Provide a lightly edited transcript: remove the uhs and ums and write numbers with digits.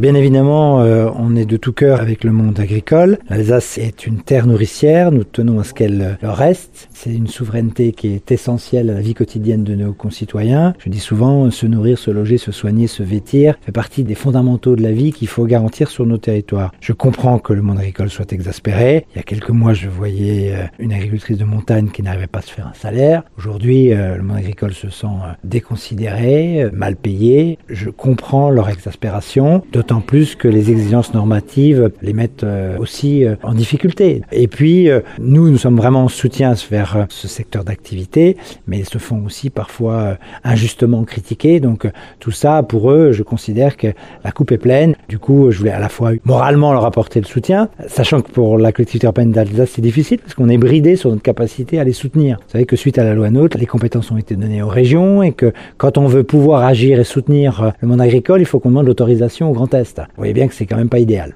Bien évidemment, on est de tout cœur avec le monde agricole. L'Alsace est une terre nourricière, nous tenons à ce qu'elle le reste. C'est une souveraineté qui est essentielle à la vie quotidienne de nos concitoyens. Je dis souvent, se nourrir, se loger, se soigner, se vêtir fait partie des fondamentaux de la vie qu'il faut garantir sur nos territoires. Je comprends que le monde agricole soit exaspéré. Il y a quelques mois, je voyais une agricultrice de montagne qui n'arrivait pas à se faire un salaire. Aujourd'hui, le monde agricole se sent déconsidéré, mal payé. Je comprends leur exaspération, d'autant plus que les exigences normatives les mettent aussi en difficulté. Et puis, nous sommes vraiment en soutien vers ce secteur d'activité, mais ils se font aussi parfois injustement critiquer. Donc, tout ça, pour eux, je considère que la coupe est pleine. Du coup, je voulais à la fois moralement leur apporter le soutien, sachant que pour la collectivité européenne d'Alsace, c'est difficile parce qu'on est bridé sur notre capacité à les soutenir. Vous savez que suite à la loi NOTRe, les compétences ont été données aux régions et que quand on veut pouvoir agir et soutenir le monde agricole, il faut qu'on demande l'autorisation au Grand Est. Vous voyez bien que c'est quand même pas idéal.